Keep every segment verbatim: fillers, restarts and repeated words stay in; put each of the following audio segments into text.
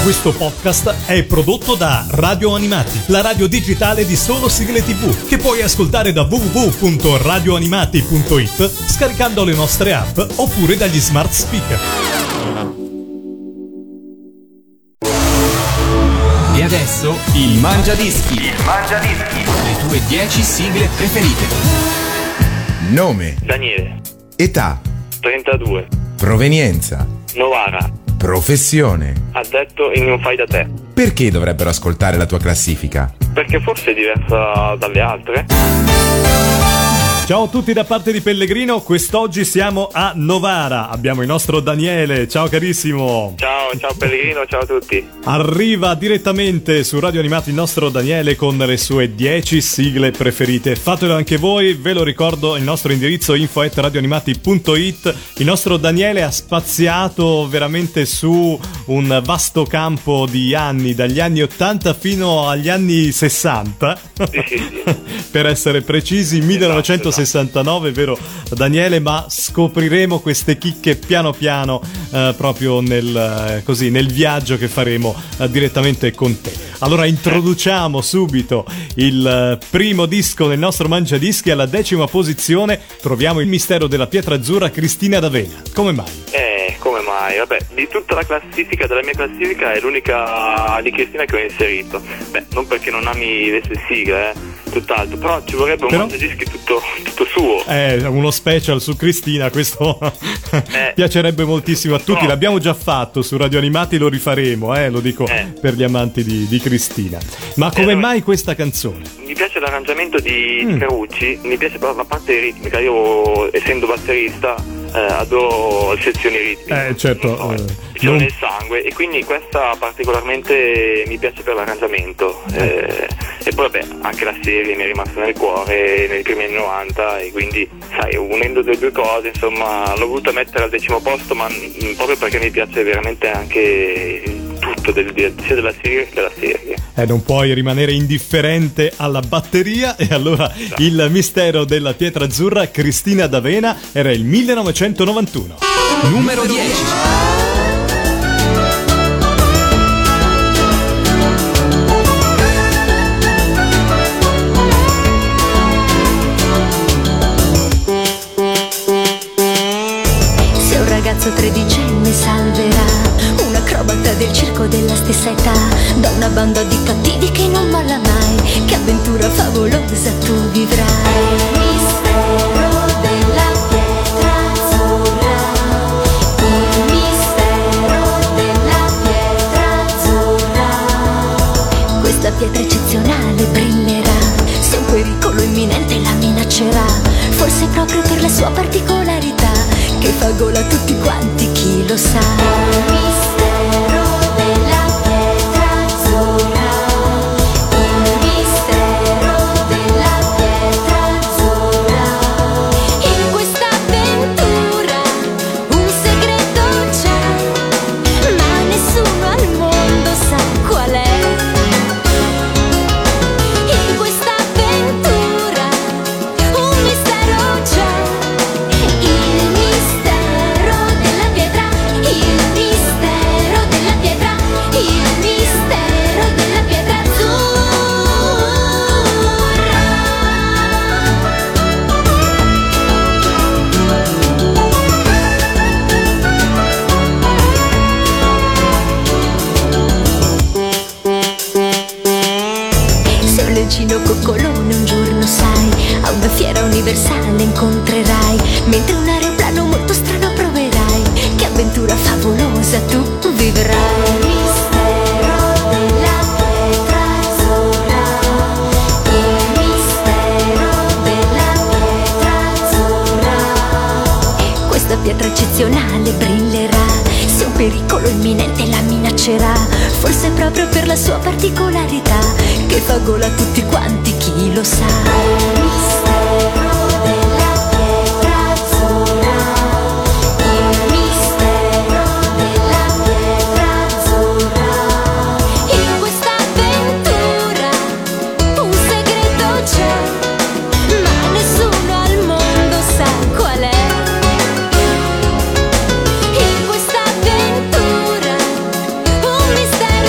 Questo podcast è prodotto da Radio Animati, la radio digitale di solo sigle tivù, che puoi ascoltare da w w w punto radio animati punto it scaricando le nostre app oppure dagli smart speaker. E adesso il Mangiadischi. Il Mangiadischi. Le tue dieci sigle preferite. Nome. Daniele. Età. trentadue. Provenienza. Novara. Professione. Addetto in un fai da te. Perché dovrebbero ascoltare la tua classifica? Perché forse è diversa dalle altre. Ciao a tutti da parte di Pellegrino, quest'oggi siamo a Novara, abbiamo il nostro Daniele, ciao carissimo. Ciao, ciao Pellegrino, ciao a tutti. Arriva direttamente su Radio Animati il nostro Daniele con le sue dieci sigle preferite. Fatelo anche voi, ve lo ricordo, il nostro indirizzo info at radioanimati punto it. Il nostro Daniele ha spaziato veramente su un vasto campo di anni, dagli anni ottanta fino agli anni sessanta. Sì, sì, sì. Per essere precisi, millenovecentosessantanove, vero Daniele? Ma scopriremo queste chicche piano piano eh, proprio nel, eh, così, nel viaggio che faremo eh, direttamente con te. Allora introduciamo subito il eh, primo disco nel nostro Mangiadischi. Alla decima posizione troviamo Il mistero della pietra azzurra, Cristina D'Avena. Come mai? Eh, come mai? Vabbè, di tutta la classifica, della mia classifica, è l'unica di Cristina che ho inserito. Beh, non perché non ami le sue sigle, eh. Tutt'altro, però ci vorrebbe un Mangiadischi tutto, tutto suo. Eh, uno special su Cristina, questo eh, piacerebbe moltissimo a tutti. No. L'abbiamo già fatto su Radio Animati, lo rifaremo, eh, lo dico eh. per gli amanti di, di Cristina. Ma come eh, mai questa canzone? Mi piace l'arrangiamento di mm. Carucci, mi piace però la parte ritmica. Io, essendo batterista, eh, adoro le sezioni ritmiche. Eh, certo. So, eh, sono non... nel sangue, e quindi questa particolarmente mi piace per l'arrangiamento. Eh, e poi vabbè, anche la serie mi è rimasta nel cuore nei primi anni novanta, e quindi sai, unendo le due cose, insomma, l'ho voluta mettere al decimo posto, ma mh, proprio perché mi piace veramente anche tutto del, sia della serie che della serie. Eh, non puoi rimanere indifferente alla batteria, e allora no. Il mistero della pietra azzurra, Cristina D'Avena, era il millenovecentonovantuno. Numero dieci. tredicenne salverà un acrobata del circo della stessa età da una banda di cattivi che non molla mai. Che avventura favolosa tu vivrai. Il mistero della pietra azzurra, il mistero della pietra azzurra. Questa pietra eccezionale brillerà, se un pericolo imminente la minaccerà, forse proprio per la sua particolarità che fa gola a tutti quanti, chi lo sa. Il mistero della pietra azzurra, il mistero della pietra azzurra. In questa avventura un segreto c'è, ma nessuno al mondo sa qual è. In questa avventura un mistero c'è. Il mistero della pietra, il mistero della pietra, il mistero della pietra azzurra. Se un leggino coccolone un giorno sai, a una fiera universale incontrerai, mentre un aeroplano molto strano proverai, che avventura favolosa tu vivrai. Il mistero della pietra azzurra, il mistero della pietra azzurra. Questa pietra eccezionale brillerà, se un pericolo imminente la minaccerà, forse proprio per la sua particolarità che fa gola a tutti quanti, chi lo sa. Il mistero della pietra azzurra, il mistero della pietra azzurra. In questa avventura un segreto c'è, ma nessuno al mondo sa qual è. In questa avventura un mistero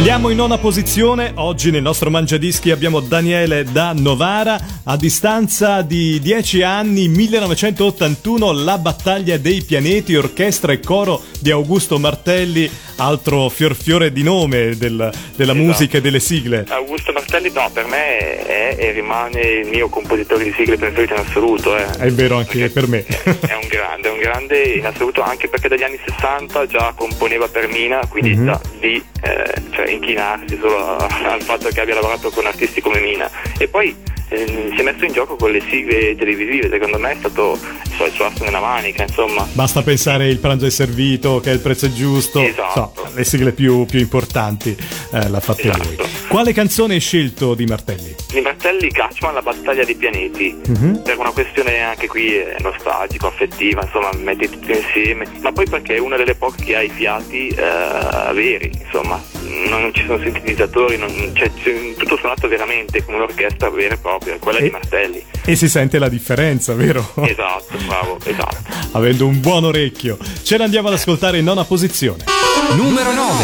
Siamo in nona posizione, oggi nel nostro Mangiadischi abbiamo Daniele da Novara, a distanza di dieci anni, millenovecentottantuno, La battaglia dei pianeti, orchestra e coro di Augusto Martelli, altro fior fiore di nome del, della esatto. musica e delle sigle. Augusto Martelli, no, per me è e rimane il mio compositore di sigle preferito in assoluto. Eh. È vero anche perché per me. È, è un grande, è un grande in assoluto, anche perché dagli anni sessanta già componeva per Mina, quindi Mm-hmm. da lì eh, cioè inchinarsi solo al fatto che abbia lavorato con artisti come Mina. E poi eh, si è messo in gioco con le sigle televisive, secondo me è stato so, il suo asso nella manica, insomma. Basta pensare Il pranzo è servito, Che il prezzo è giusto, Esatto. so, le sigle più, più importanti eh, l'ha fatta Esatto. lui. Quale canzone hai scelto di Martelli? Di Martelli, Gatchman, La battaglia dei pianeti, Mm-hmm. per una questione anche qui eh, nostalgica, affettiva, insomma, metti tutto insieme, ma poi perché è una delle poche che ha i fiati eh, veri, insomma, non ci sono sintetizzatori, non, c'è, c'è tutto suonato veramente come un'orchestra vera e propria, quella E- di Martelli. E si sente la differenza, vero? Esatto, bravo, esatto. Avendo un buon orecchio. Ce l'andiamo ad ascoltare in nona posizione. Numero nove.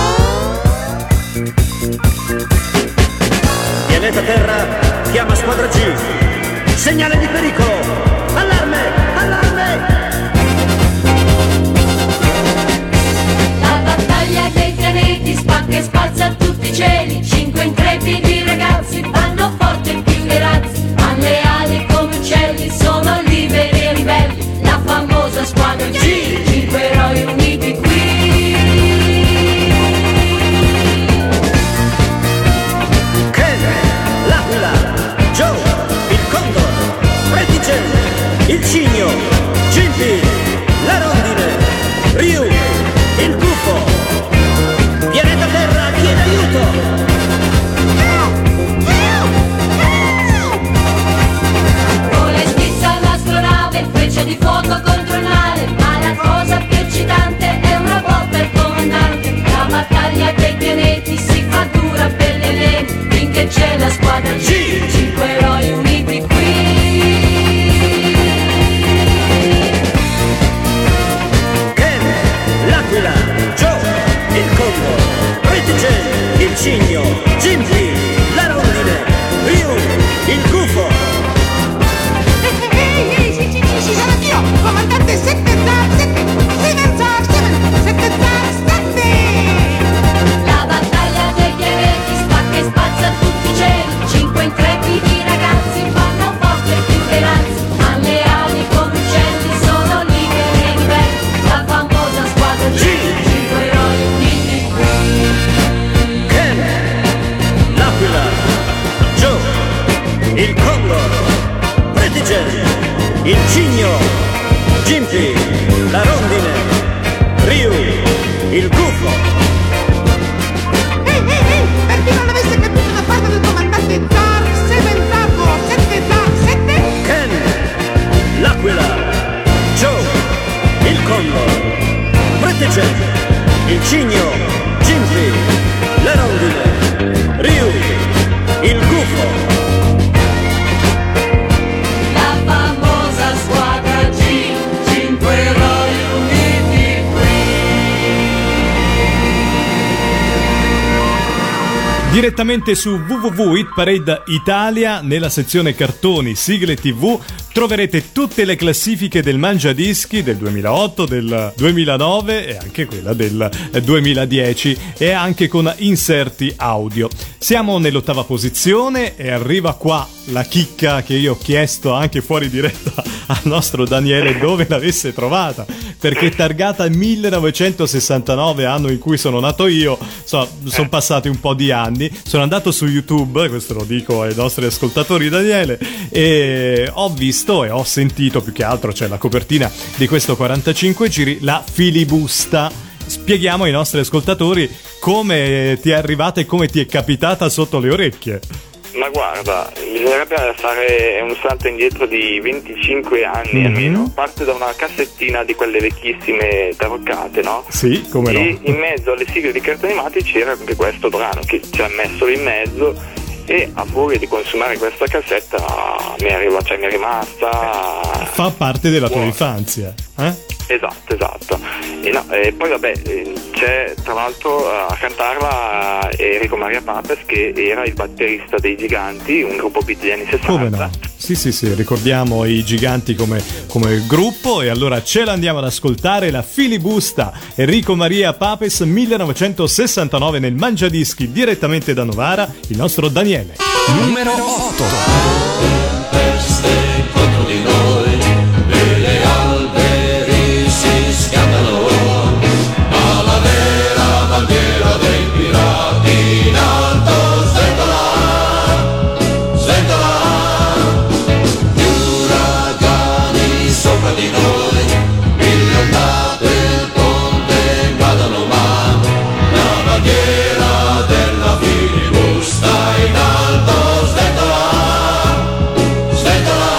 Pianeta Terra chiama squadra G. Segnale di pericolo. Allarme! Allarme! La battaglia dei pianeti spacca e spazza tutti i cieli. Cinque intrepidi ragazzi vanno forte più dei razzi. Hanno le ali come uccelli, sono liberi e ribelli. La famosa squadra G, cinque eroi uniti qui. Ken, l'Aquila, Joe, il Condor, Reticen, il Cigno, Gimpy, la Rondine, Ryu, il Gufo. Pianeta Terra chiede aiuto. Vola e schizza l'astronave, freccia di fuoco contro il mare. Ma la cosa più eccitante è una botta al comandante. La battaglia dei pianeti si fa dura per le lenti, finché c'è la squadra G, cinque eroi uniti qui. Ken, l'Aquila, Joe, il Condor, Reticen, il Cigno, Gimpy, la Rondine, Ryu, il Gufo. Ehi, ehi, sì, sì, sì, sì, sono io, comandante sette zero sette, sette zero sette, sette zero sette. La battaglia dei pianeti spacca e spazza tutti i cieli. Cinque intrepidi ragazzi fanno forte più dei razzi. Hanno le ali come uccelli, sono liberi e ribelli. La famosa squadra G, cinque eroi uniti qui. Ken, l'Aquila, Joe, il Condor, Reticen, il Cigno, Gimpy, la Rondine, Ryu, il Gufo. Ehi, ehi, ehi, per chi non l'avesse capito da parte del comandante Zar, sette zero sette zero sette. Ken, l'Aquila, Joe, il Condor, Reticen, il Cigno, Gimpy, la Rondine, Ryu, il Gufo. La famosa squadra G, cinque eroi uniti qui. Direttamente su w w w punto hit parade italia, nella sezione cartoni, sigle tv, troverete tutte le classifiche del Mangiadischi del duemilaotto, del duemilanove e anche quella del duemiladieci, e anche con inserti audio. Siamo nell'ottava posizione e arriva qua la chicca che io ho chiesto anche fuori diretta al nostro Daniele dove l'avesse trovata, perché targata millenovecentosessantanove, anno in cui sono nato io, so, sono passati un po' di anni, sono andato su YouTube, questo lo dico ai nostri ascoltatori, Daniele, e ho visto e ho sentito, più che altro c'è la copertina di questo quarantacinque giri, la filibusta. Spieghiamo ai nostri ascoltatori come ti è arrivata e come ti è capitata sotto le orecchie. Ma guarda, bisognerebbe fare un salto indietro di venticinque anni Mhm. almeno. Parte da una cassettina di quelle vecchissime taroccate, no? Sì, come E no. in mezzo alle sigle di cartoni animati c'era anche questo brano che ci ha messo lì in mezzo, e a furia di consumare questa cassetta mi è, arriva, cioè, mi è rimasta. Fa parte della tua Buono. infanzia, eh? Esatto, esatto. E, no, e poi vabbè, c'è tra l'altro a cantarla Enrico Maria Papes, che era il batterista dei Giganti, un gruppo beat degli anni sessanta. Come no? Sì, sì, sì, ricordiamo i Giganti come, come gruppo, e allora ce l'andiamo ad ascoltare, la filibusta Enrico Maria Papes millenovecentosessantanove nel Mangiadischi, direttamente da Novara, il nostro Daniele. Numero otto. Tempeste contro di noi e le alberi si schiantano, ma la vera bandiera dei pirati in alto sventola, sventola. Gli uragani sopra di noi, mille ondate il ponte invadono, ma la bandiera della filibusta in alto sventola, sventola.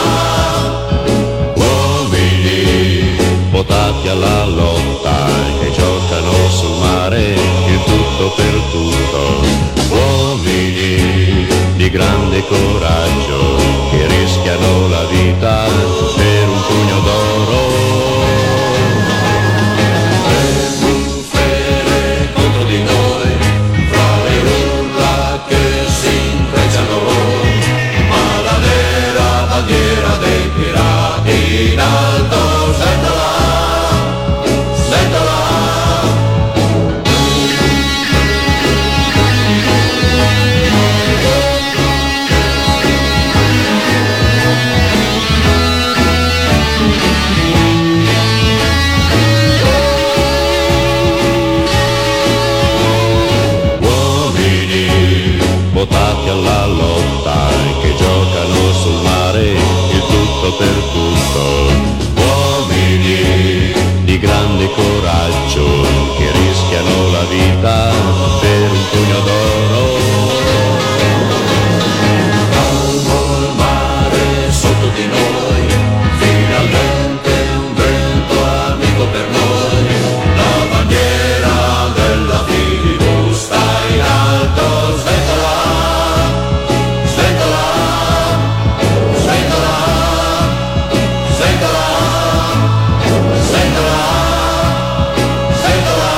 Uomini votati alla lotta che giocano sul mare, il tutto per tutto. Uomini di grande coraggio che rischiano la vita per un pugno d'oro. Le bufere contro di noi, fra le urla che si intrecciano, ma la nera bandiera dei pirati in alto sventola, sventola. Uomini votati alla lotta che giocano sul mare, il tutto per tutto. Uomini di grande coraggio che rischiano la vita per un pugno d'oro. Calmo il mare sotto di noi, finalmente un vento amico per noi. La bandiera della filibusta in alto sventola, sventola, sventola, sventola, sventola, sventola.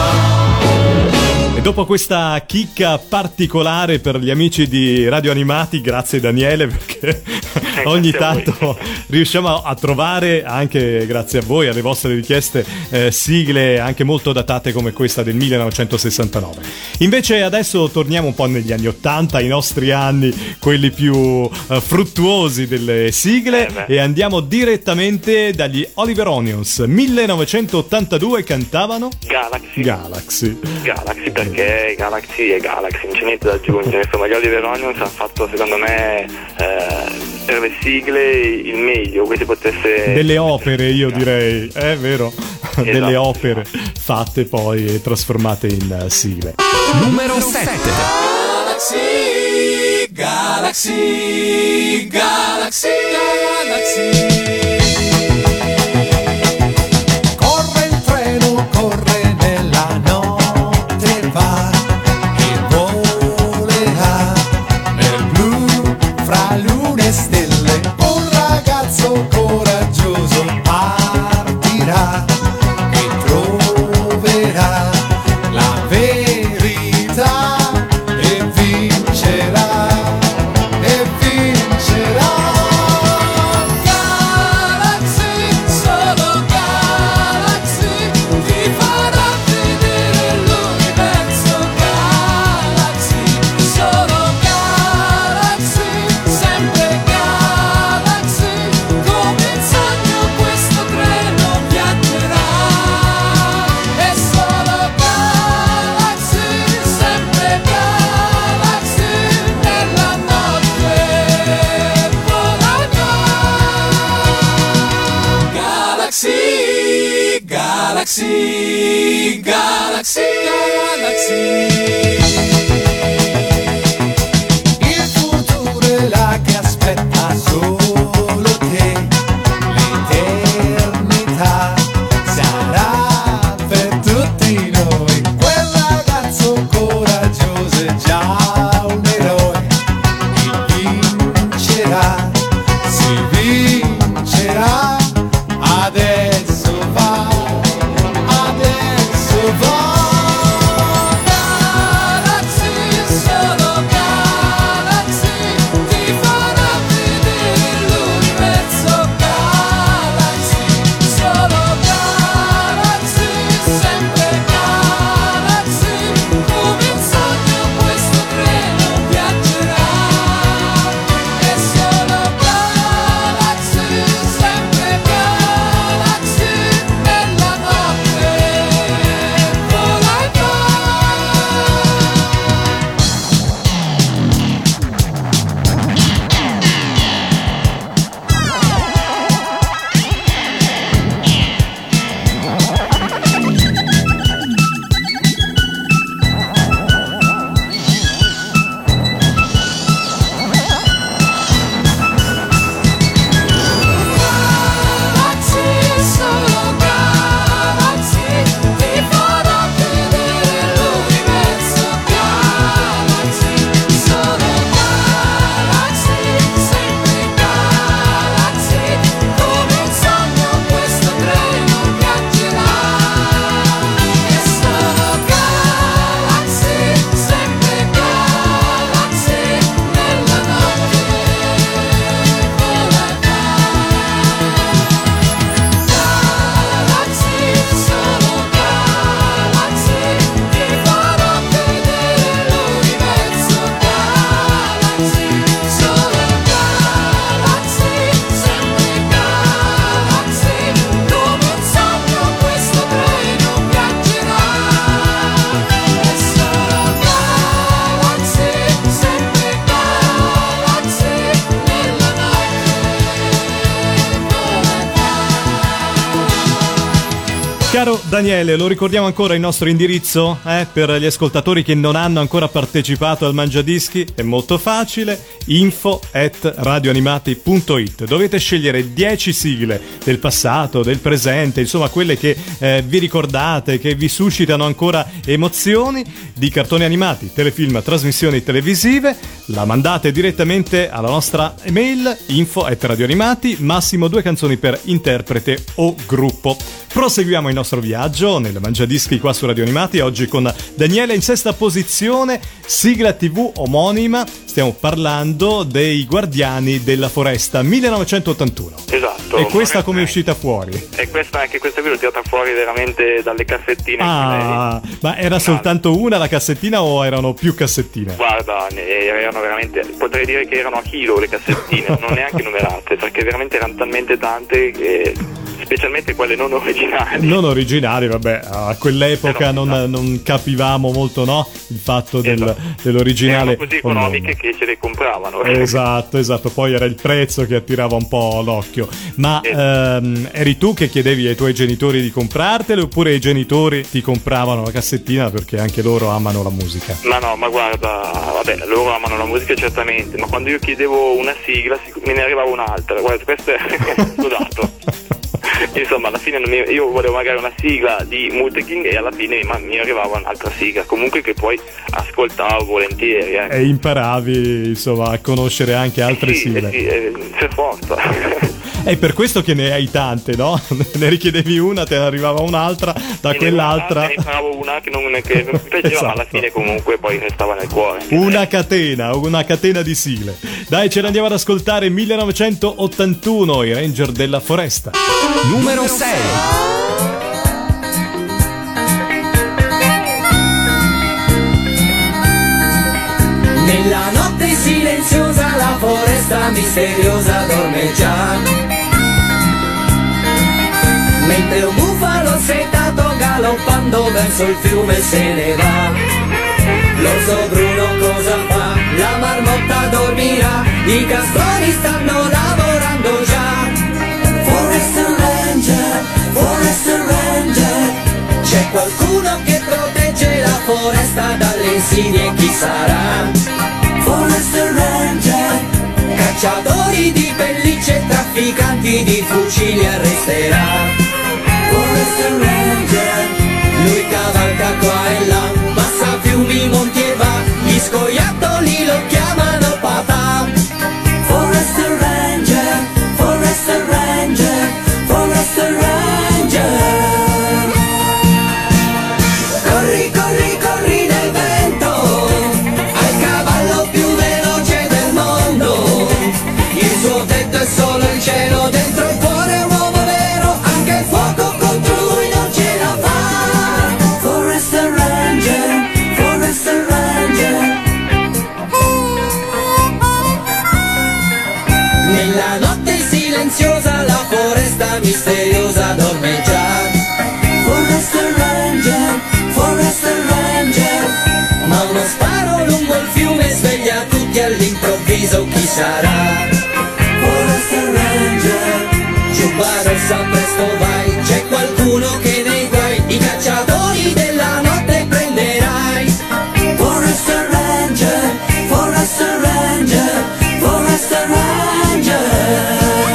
E dopo questa chicca particolare per gli amici di Radio Animati, grazie Daniele, perché ogni tanto riusciamo a trovare, anche grazie a voi, alle vostre richieste, eh, sigle anche molto datate come questa del millenovecentosessantanove. Invece adesso torniamo un po' negli anni ottanta, i nostri anni, quelli più eh, fruttuosi delle sigle, Eh beh. e andiamo direttamente dagli Oliver Onions. millenovecentottantadue cantavano Galaxy. Galaxy. Galaxy, perché Galaxy è Galaxy, non c'è niente da aggiungere. Insomma, gli Oliver Onions hanno fatto, secondo me, eh, per le sigle il meglio, che si potesse... Delle opere, io direi, è vero, delle opere fatte poi e trasformate in uh, sigle. Numero sette. Galaxy, Galaxy, Galaxy, Galaxy. Corre il treno, corre nella notte, va e volerà nel blu fra lune e stelle. Un ragazzo coraggioso partirà e troverà la verità e vincerà, e vincerà. Galaxy, solo Galaxy, ti farà vedere l'universo. Galaxy, solo Galaxy, sempre Galaxy, come il sogno questo treno viaggerà. E solo Galaxy, sempre Galaxy, nella notte volerà. Galaxy, Galaxy, Galaxy, Galaxy. Il futuro è là che aspetta solo te. L'eternità sarà per tutti noi. Quel ragazzo coraggioso è già un eroe. E vincerà, si vincerà. Adesso va Caro Daniele, lo ricordiamo ancora il nostro indirizzo? Eh? Per gli ascoltatori che non hanno ancora partecipato al Mangiadischi è molto facile, info at radioanimati punto it. Dovete scegliere dieci sigle del passato, del presente, insomma quelle che eh, vi ricordate, che vi suscitano ancora emozioni, di cartoni animati, telefilm, trasmissioni televisive. La mandate direttamente alla nostra email info at radioanimati, massimo due canzoni per interprete o gruppo. Proseguiamo il nostro viaggio nel Mangiadischi qua su Radio Animati, oggi con Daniele in sesta posizione, sigla tivù omonima. Stiamo parlando dei Guardiani della Foresta millenovecentottantuno. Esatto. E questa come è uscita fuori? E questa, anche questa qui l'ho tirata fuori veramente dalle cassettine. Ah, ma era no. soltanto una la cassettina o erano più cassettine? Guarda, erano veramente, potrei dire che erano a chilo le cassettine, non neanche numerate, perché veramente erano talmente tante che... specialmente quelle non originali. Non originali, vabbè, a quell'epoca non, non capivamo molto, no? Il fatto del, esatto. dell'originale. Erano così economiche che ce le compravano. Esatto, esatto, poi era il prezzo che attirava un po' l'occhio. Ma esatto. ehm, eri tu che chiedevi ai tuoi genitori di comprartele oppure i genitori ti compravano la cassettina perché anche loro amano la musica? Ma no, ma guarda, vabbè, loro amano la musica certamente, ma quando io chiedevo una sigla me ne arrivava un'altra. Guarda, questo è sudato. Insomma, alla fine non mi, io volevo magari una sigla di Muteking e alla fine ma, mi arrivava un'altra sigla, comunque che poi ascoltavo volentieri. Eh. E imparavi, insomma, a conoscere anche altre sì, sigle. Eh sì, eh, per forza. È per questo che ne hai tante, no? Ne richiedevi una, te ne arrivava un'altra, da ne quell'altra. Ne imparavo una che non, che non mi piaceva, Esatto. ma alla fine comunque poi restava nel cuore. Una catena, una catena di sigle. Dai, ce ne andiamo ad ascoltare millenovecentottantuno, i Ranger della Foresta. Numero sei. Nella notte silenziosa la foresta misteriosa dorme già. Mentre un bufalo setato galoppando verso il fiume se ne va. L'orso bruno cosa fa? La marmotta dormirà. I castori stanno lavorando già. Forest Ranger, Forest Ranger. C'è qualcuno che protegge la foresta dalle insidie, chi sarà? Forest Ranger, cacciatori di pellicce, trafficanti di fucili arresterà. Forest Ranger, lui cavalca qua e là, passa fiumi, monti e va, gli scoiattoli lo chiamano papà. Forest Ranger, Forest Ranger, Forest Ranger. Corri, corri, corri nel vento, al cavallo più veloce del mondo. Il suo tetto è solo il cielo, dentro il cuore è un uomo vero, anche il fuoco contro lui non ce la fa. Forest Ranger, Forest Ranger. Nella notte silenziosa la foresta misteriosa dorme già. Forest Ranger, Forest Ranger. Ma uno sparo lungo il fiume sveglia tutti all'improvviso, chi sarà? Forest Ranger, giubba rossa presto vai, c'è qualcuno che nei guai i cacciatori della notte prenderai. Forest Ranger, Forest Ranger, Forest Ranger.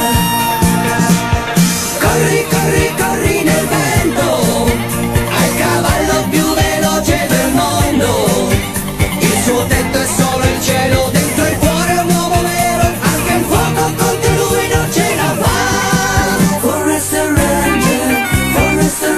Corri, corri, corri nel vento, al cavallo più veloce del mondo. Il suo tetto è solo il cielo, dentro il cuore è un uomo vero, anche il fuoco contro lui non ce la fa. Forest Ranger, Forest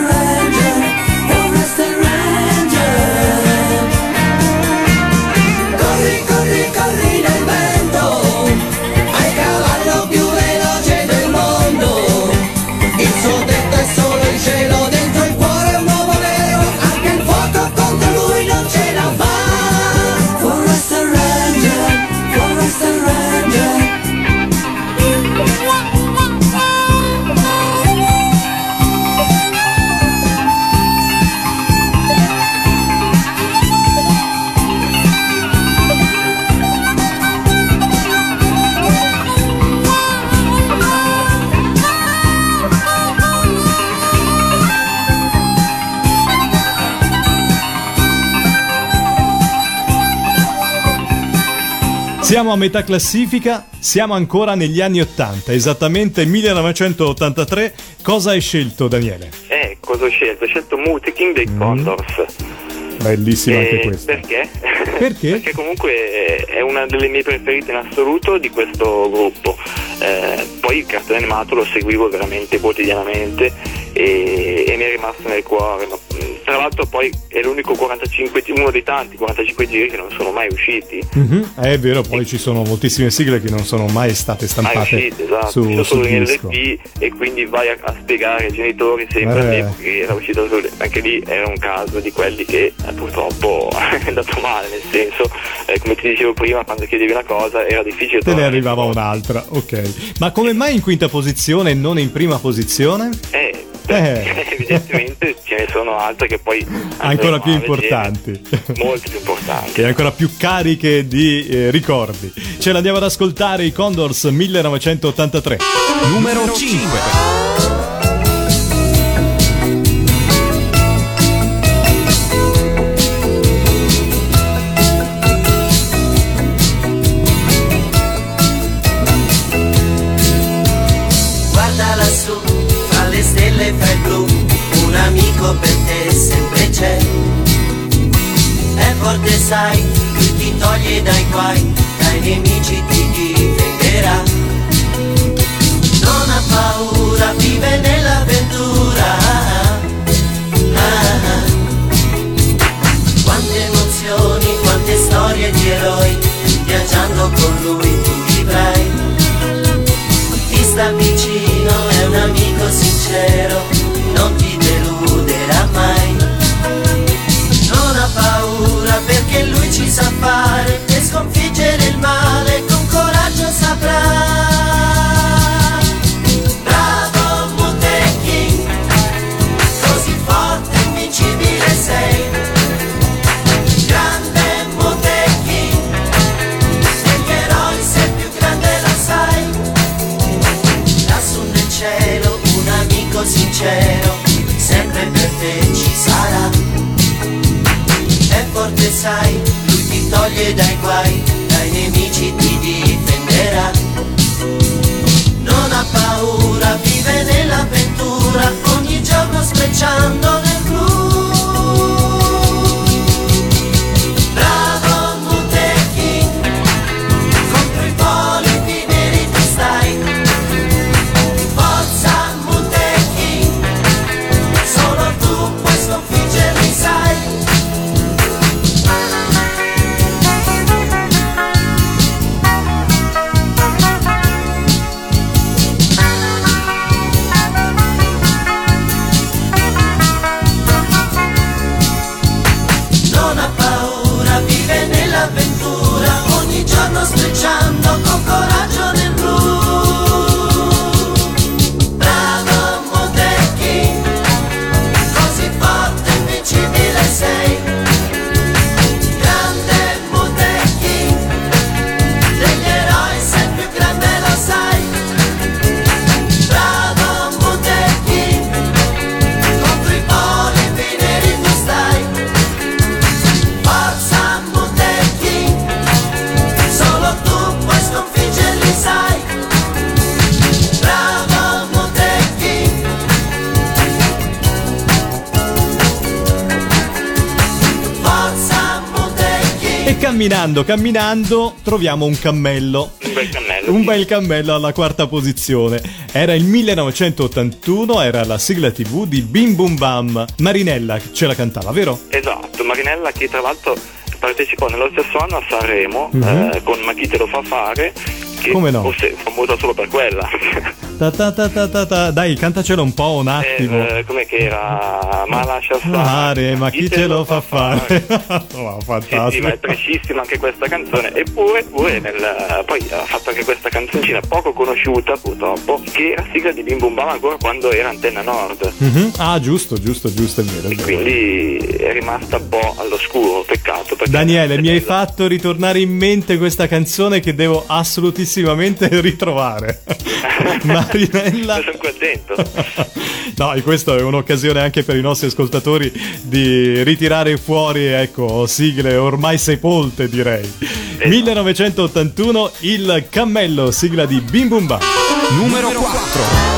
Siamo a metà classifica, siamo ancora negli anni ottanta, esattamente millenovecentottantatré. Cosa hai scelto, Daniele? Eh, cosa ho scelto? Ho scelto Mutikin dei Mm. Condors. Bellissima anche Eh, questa. Perché? Perché? Perché comunque è una delle mie preferite in assoluto di questo gruppo. Eh, poi il cartone animato lo seguivo veramente quotidianamente e, e mi è rimasto nel cuore. Ma, tra l'altro poi è l'unico quarantacinque, uno dei tanti quarantacinque giri che non sono mai usciti. Mhm, È vero, poi ci sono moltissime sigle che non sono mai state Mai stampate usciti, esatto. su, C'è su solo in disco. L P e quindi vai a, a spiegare ai genitori sempre Eh. all'epoca che era uscito su, anche lì era un caso di quelli che eh, purtroppo è andato male, nel senso, eh, come ti dicevo prima, quando chiedevi una cosa era difficile Te ne trovare arrivava risposta. un'altra, ok. Ma come mai in quinta posizione e non in prima posizione? Eh, Eh. evidentemente ce ne sono altre che poi Ancora andremo più a vedere, importanti. molto più importanti. E ancora più cariche di eh, ricordi. Ce l'andiamo ad ascoltare, i Condors millenovecentottantatré. Numero cinque. Guarda lassù, fra le stelle, fra il blu, un amico per te sempre c'è. È forte sai, lui ti toglie dai guai, dai nemici ti difenderà. Non ha paura, vive nell'avventura. Ah, ah. Quante emozioni, quante storie di eroi, viaggiando con lui tu vivrai. Ti sta vicino, è un amico sincero, non ti deluderà mai. Non ha paura perché lui ci sa fare e sconfiggere il male con coraggio saprà. Bravo Muteki, così forte e invincibile sei. Grande Muteki, degli eroi sei più grande, lo sai. Lassù nel cielo un amico sincero sempre per te ci sarà. È forte sai, lui ti toglie dai guai, dai nemici ti difenderà. Non ha paura, vive nell'avventura, ogni giorno sprecciando nel blu. Bravo Muteki, contro i polipi neri tu stai. Forza Muteki, solo tu puoi sconfiggerli sai. Non ha paura, vive nell'avventura, ogni giorno sprecciando con coraggio nel blu. Bravo Muteki, così forte e invincibile sei. Grande Muteki, degli eroi sei più grande, lo sai. Bravo Muteki, contro i polipi neri tu stai. Forza Muteki, solo tu puoi sconfiggerli sai. Bravo Muteki. Forza Muteki. E camminando, camminando, troviamo un cammello. Un bel cammello. Un sì. bel cammello alla quarta posizione. Era il millenovecentottantuno, era la sigla tivù di Bim Bum Bam. Marinella ce la cantava, vero? Esatto, Marinella che tra l'altro partecipò nello stesso anno a Sanremo Mhm. eh, con Ma chi te lo fa fare, che Come no? forse è famosa solo per quella. Ta ta ta ta ta ta. Dai, cantacelo un po', un attimo. Eh, com'è che era? Ma lascia stare, Fare, ma chi te lo fa fare? Sì, Wow, sì, ma fantastico. è trashissima anche questa canzone. Eppure, pure nel, poi ha fatto anche questa canzoncina poco conosciuta purtroppo, che era sigla di Bim Bum Bam ancora quando era Antenna Nord. Mhm. Ah, giusto, giusto, giusto, è vero. È vero. Quindi è rimasta un po' all'oscuro, peccato. perché- Daniele, mi hai fatto ritornare in mente questa canzone che devo assolutissimamente ritrovare. Ma Marinella. Sono contento. No, e questa è un'occasione anche per i nostri ascoltatori di ritirare fuori, ecco, sigle ormai sepolte, direi. Esatto. millenovecentottantuno, Il Cammello, sigla di Bim Bum Ba. Numero quattro.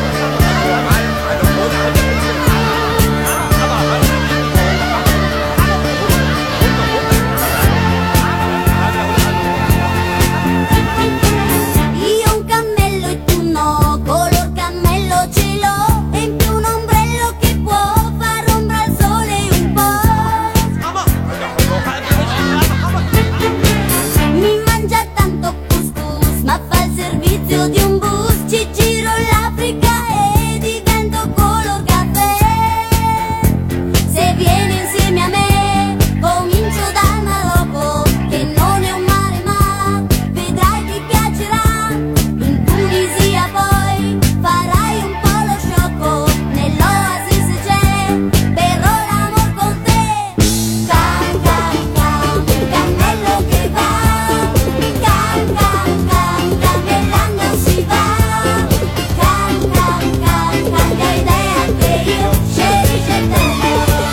Di un bus ci giro l'Africa e divento color caffè. Se vieni insieme a me comincio dal Marocco, che non è un mare ma vedrai ti piacerà. In Tunisia poi farai un po' lo sciocco, nell'oasi se c'è berrò l'amor con te. Cam cam cam, un cammello che va, cam cam cam, camellando si va. Cam cam cam, cambia idea anche io, scegli scegliere.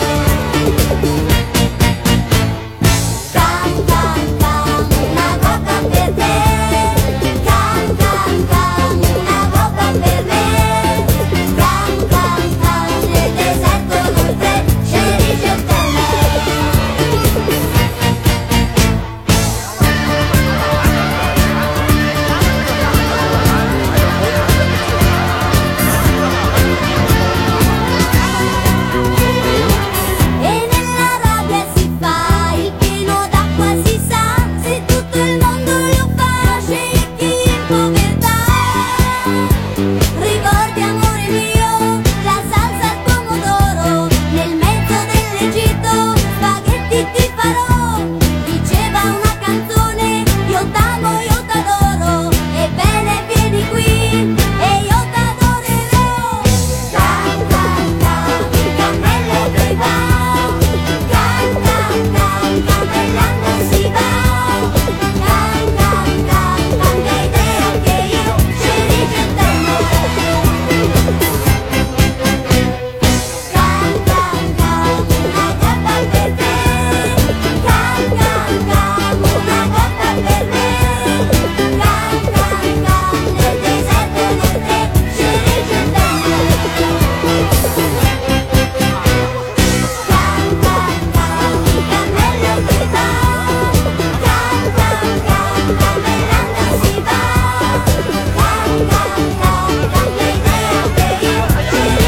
Cam cam cam, una coca per te. Cam cam cam, una coca per me. Cam cam cam, nel deserto noi tre, scegli scegliere. E nella rabbia si fa il pieno d'acqua, si sa, se tutto il mondo lo fa, scegli in povertà. Ricordi amore mio, la salsa al pomodoro, nel mezzo dell'Egitto, spaghetti ti farò. Diceva una canzone, io t'amo, io t'adoro, ebbene vieni qui e io t'adorerò. Cam cam cam, il cammello che va. Cam cam cam, camellando si va. Cam cam cam, cambia idea anche io, scegli scegliendo. Cam cam cam, una coppa per te. Cam cam cam, una coppa per me. Cam cam cam, nel deserto noi tre, scegli scegliendo. Cam cam cam, il cammello che va. Cam cam cam, camellando si va. Cam cam cam, cambia idea anche io, scegli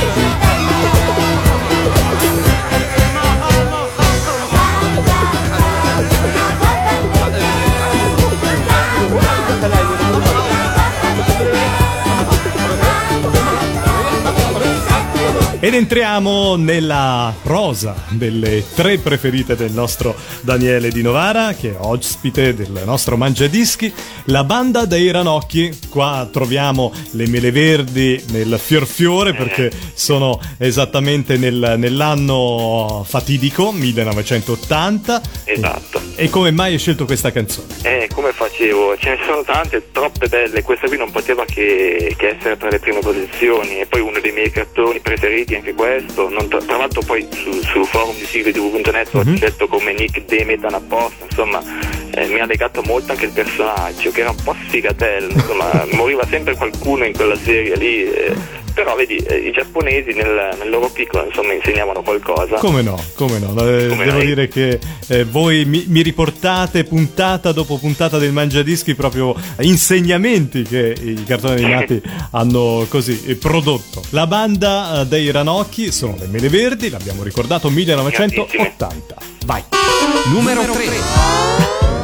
Ed entriamo nella rosa delle tre preferite del nostro Daniele Di Novara, che è ospite del nostro Mangiadischi, la banda dei Ranocchi. Qua troviamo le mele verdi nel fior fiore, perché sono esattamente nel, nell'anno fatidico millenovecentottanta. Esatto. E, e come mai hai scelto questa canzone? Eh, come facevo? Ce ne sono tante, troppe belle. Questa qui non poteva che, che essere tra le prime posizioni. E poi uno dei miei cartoni preferiti, anche questo. Non tra, tra l'altro poi su, sul forum di sigle tv punto net ho Mhm. scelto come Nick Demetan apposta. Insomma, eh, mi ha legato molto anche il personaggio, che era un po' sfigatello. Insomma, moriva sempre qualcuno in quella serie lì. Eh. Però vedi, eh, i giapponesi nel, nel loro piccolo insomma insegnavano qualcosa. Come no, come no, Eh, Come devo no? dire che eh, voi mi, mi riportate puntata dopo puntata del Mangiadischi proprio insegnamenti che i cartoni animati hanno così eh, prodotto. La banda eh, dei Ranocchi sono le Mele Verdi, l'abbiamo ricordato, millenovecentottanta. Vai. Numero tre.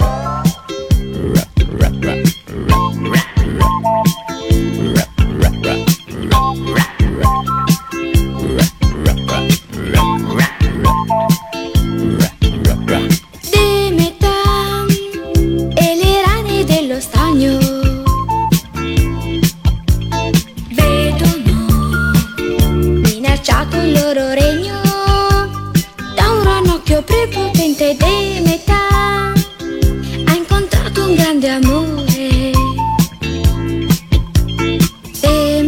Demetan e le rane dello stagno vedono minacciato il loro regno da un ranocchio prepotente. Demetan ha incontrato un grande amore. Demetan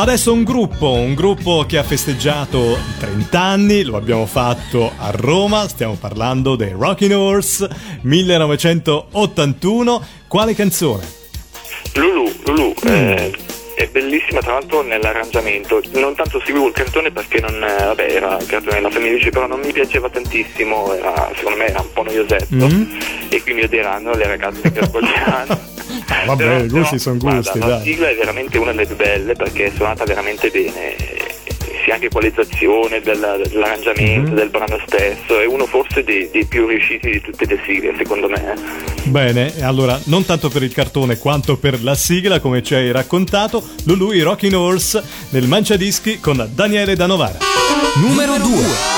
Adesso un gruppo, un gruppo che ha festeggiato trenta anni, lo abbiamo fatto a Roma, stiamo parlando dei Rocking Horse, millenovecentottantuno. Quale canzone? Lulu, Lulu, Mm. eh, è bellissima tra l'altro nell'arrangiamento, non tanto seguivo il cartone perché non, eh, vabbè, era il cartone della famiglia Luce, però non mi piaceva tantissimo, era, secondo me era un po' noiosetto, Mm. e quindi diranno le ragazze che ascolteranno. Vabbè, Però- i gusti però, sono guarda, gusti, la dai. sigla è veramente una delle più belle perché è suonata veramente bene, sia anche equalizzazione del- dell'arrangiamento, Mhm. del brano stesso, è uno forse dei, dei più riusciti di tutte le sigle secondo me. Bene, e allora non tanto per il cartone quanto per la sigla, come ci hai raccontato, Lulu, i Rocking Horse nel Mangiadischi con Daniele da Novara. Numero due.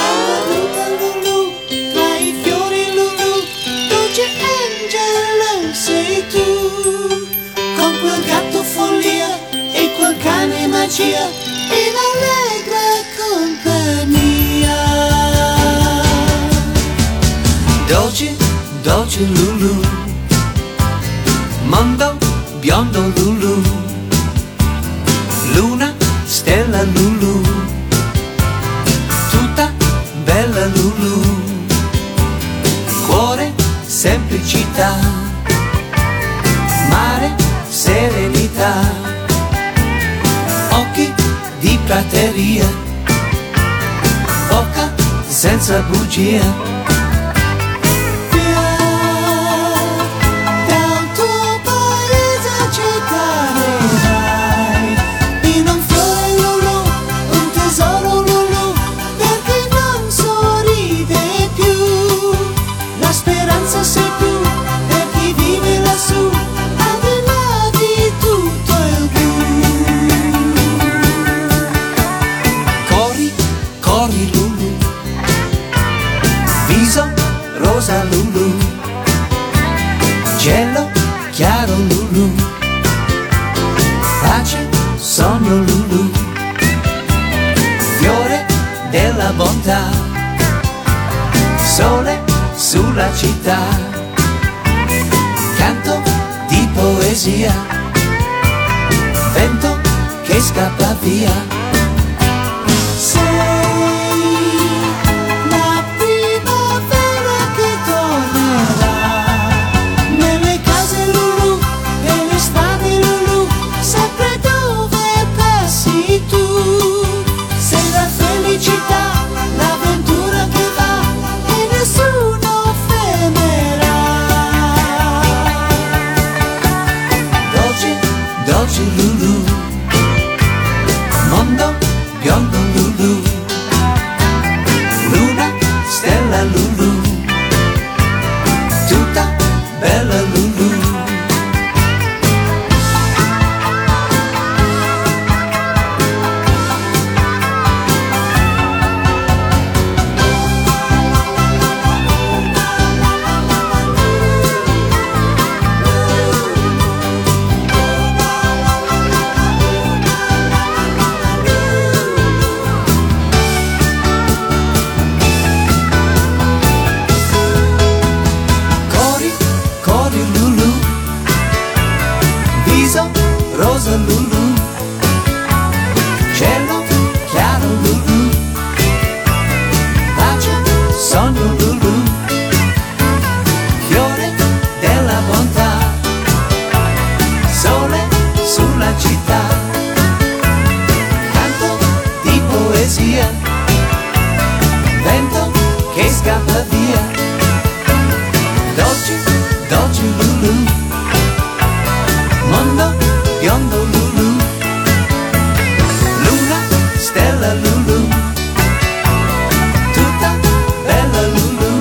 Tra i fiori Lulu, dolce angelo sei tu, con quel gatto follia e quel cane magia in allegra compagnia. Dolce, dolce Lulu, mondo biondo Lulu, luna, stella Lulu, tutta bella Lulu, cuore, semplicità, mare, serenità, occhi di prateria, bocca senza bugia. Via dal tuo paese a cercare in un fiore Lulu, un tesoro Lulu, perché non sorride più. La speranza sei tu per chi vive lassù, al di là di tutto il blu. Corri, corri Lulu, viso rosa Lulu, cielo chiaro Lulu, pace, sogno Lulu, fiore della bontà, sole sulla città, canto di poesia, vento che scappa via. Sei la primavera che tornerà nelle case Lulu, nelle strade Lulu, sempre dove passi tu. Sei la felicità, l'avventura che va e nessuno fermerà. Dolce, dolce Lulu, mondo biondo Lulu, luna, stella Lulu, tutta bella Lulu. Corri, corri Lulu, viso rosa Lulu, cielo chiaro Lulu, pace, sogno Lulu, fiore della bontà, sole sulla città, canto di poesia, vento che scappa via. Dolce, dolce Lulu, mondo biondo Lulu, luna, stella Lulu, tutta bella Lulu,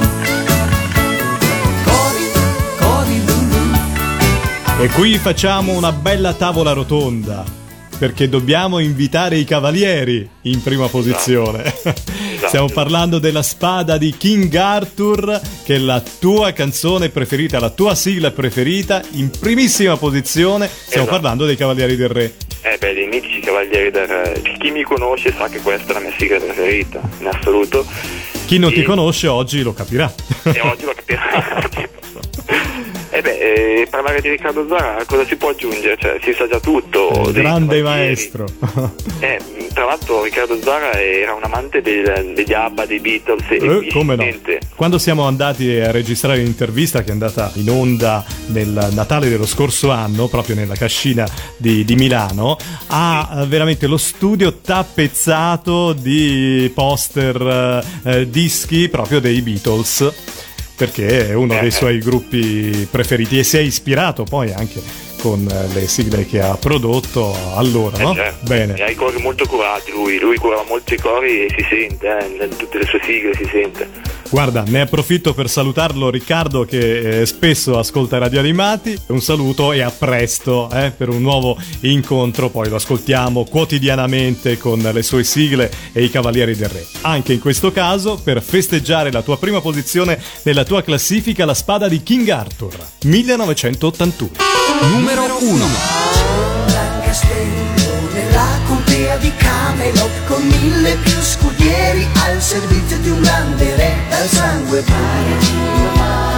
corri, corri Lulu. E qui facciamo una bella tavola rotonda, perché dobbiamo invitare i cavalieri in prima posizione. Stiamo parlando della spada di King Arthur, che è la tua canzone preferita, la tua sigla preferita, in primissima posizione. Stiamo Esatto. parlando dei Cavalieri del Re. Eh beh, dei mitici Cavalieri del Re. Chi mi conosce sa che questa è la mia sigla preferita, in assoluto. Chi non E- ti conosce oggi lo capirà. E oggi lo capirà. Eh beh, e parlare di Riccardo Zara cosa si può aggiungere? Cioè, si sa già tutto. Il grande maestro. Eh, tra l'altro Riccardo Zara era un amante del, degli ABBA, dei Beatles e Eh, come no? niente. Quando siamo andati a registrare l'intervista che è andata in onda nel Natale dello scorso anno, proprio nella cascina di, di Milano, ha eh, veramente lo studio tappezzato di poster, eh, dischi proprio dei Beatles, perché è uno Eh, dei eh. suoi gruppi preferiti e si è ispirato poi anche con eh, le sigle che ha prodotto allora, Eh, no? certo. Bene. E ha i cori molto curati lui, lui curava molto i cori e si sente, eh, in tutte le sue sigle si sente. Guarda, ne approfitto per salutarlo Riccardo che eh, spesso ascolta Radio Animati. Un saluto e a presto eh, per un nuovo incontro. Poi lo ascoltiamo quotidianamente con le sue sigle e i Cavalieri del Re. Anche in questo caso, per festeggiare la tua prima posizione nella tua classifica, la spada di King Arthur, millenovecentottantuno. Numero uno. Castello nella contea di Camelot con mille più scudieri al servizio di un grande re dal sangue puro.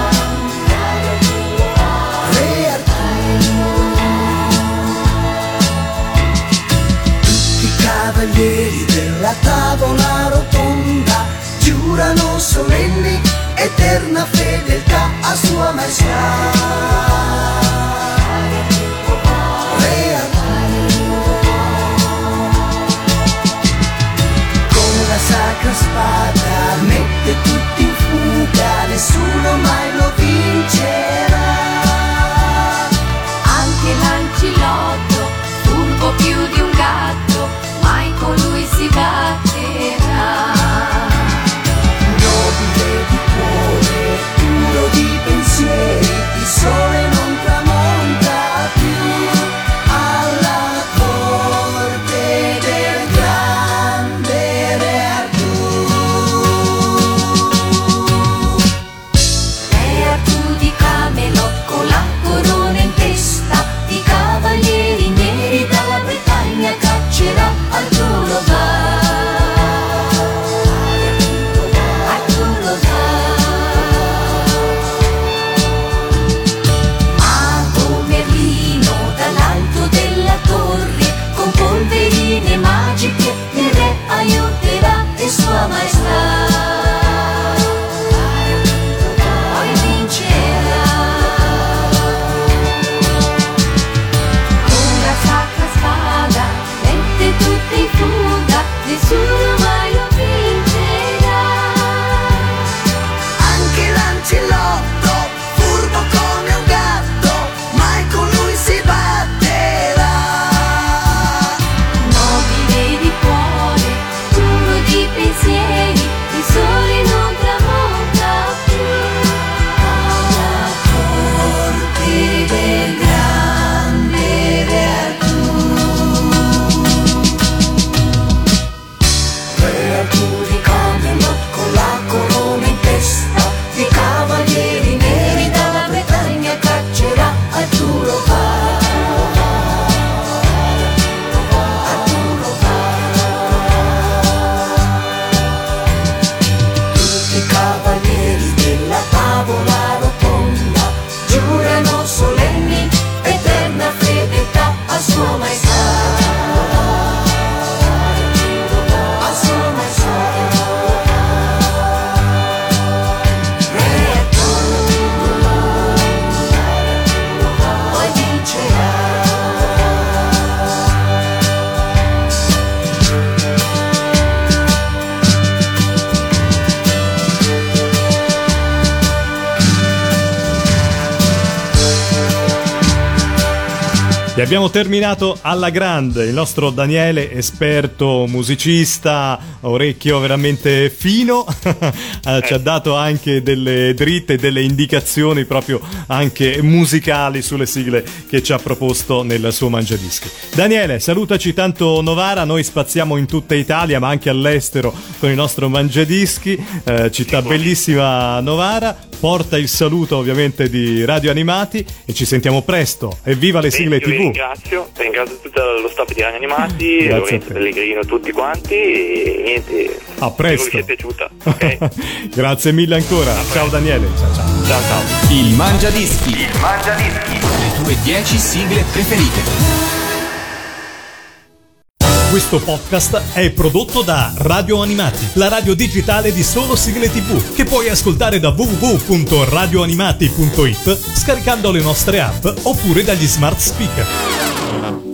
Re Arturo. Tutti i cavalieri della tavola rotonda giurano solenni eterna fedeltà a sua maestà. La sacra spada mette tutti in fuga, nessuno mai lo vincerà. Anche l'ancilotto, furbo più di un gatto, mai con lui si batterà. Nobile di cuore, puro di pensieri, il sole non tramonta più alla corte del grande re Re Artù di Camelot con la corona in testa, i cavalieri neri dalla Bretagna caccerà. Arturo va, Arturo va. Mago Merlino dall'alto della torre con polverine magiche il re aiuterà e sua maestà poi vincerà. Con la sacra spada mette tutti in fuga, nessuno mai lo vincerà. Anche l'ancellotto, furbo come un gatto, mai con lui si batterà. Nobile di cuore, puro di pensieri, il sole non tramonta più alla corte del grande re Artù. Re Artù di Camelot con la corona in testa, i cavalieri neri dalla Bretagna caccerà. Arturo va, Arturo va. Tutti i cavalieri della tavola rotonda giurano solenni eterna fedeltà a sua maestà. A sua maestà. Re Arturo poi vincerà. E abbiamo terminato alla grande. Il nostro Daniele, esperto musicista, orecchio veramente fino, eh, ci ha dato anche delle dritte, delle indicazioni proprio anche musicali sulle sigle che ci ha proposto nel suo Mangiadischi. Daniele, salutaci tanto Novara, noi spaziamo in tutta Italia ma anche all'estero con il nostro Mangiadischi, eh, città bellissima Novara. Porta il saluto ovviamente di Radio Animati e ci sentiamo presto. Evviva le sigle Io vi tivù! ringrazio, ringrazio tutto lo staff di Radio Animati, Grazie a Lorenzo te. Pellegrino, tutti quanti e niente. A presto. Spero vi sia piaciuta. Ok? Grazie mille ancora. Ciao Daniele. Ciao ciao. Ciao ciao. Il Mangiadischi. Il Mangiadischi. tue dieci sigle preferite. Questo podcast è prodotto da Radio Animati, la radio digitale di solo sigle tivù, che puoi ascoltare da w w w punto radio animati punto it scaricando le nostre app oppure dagli smart speaker.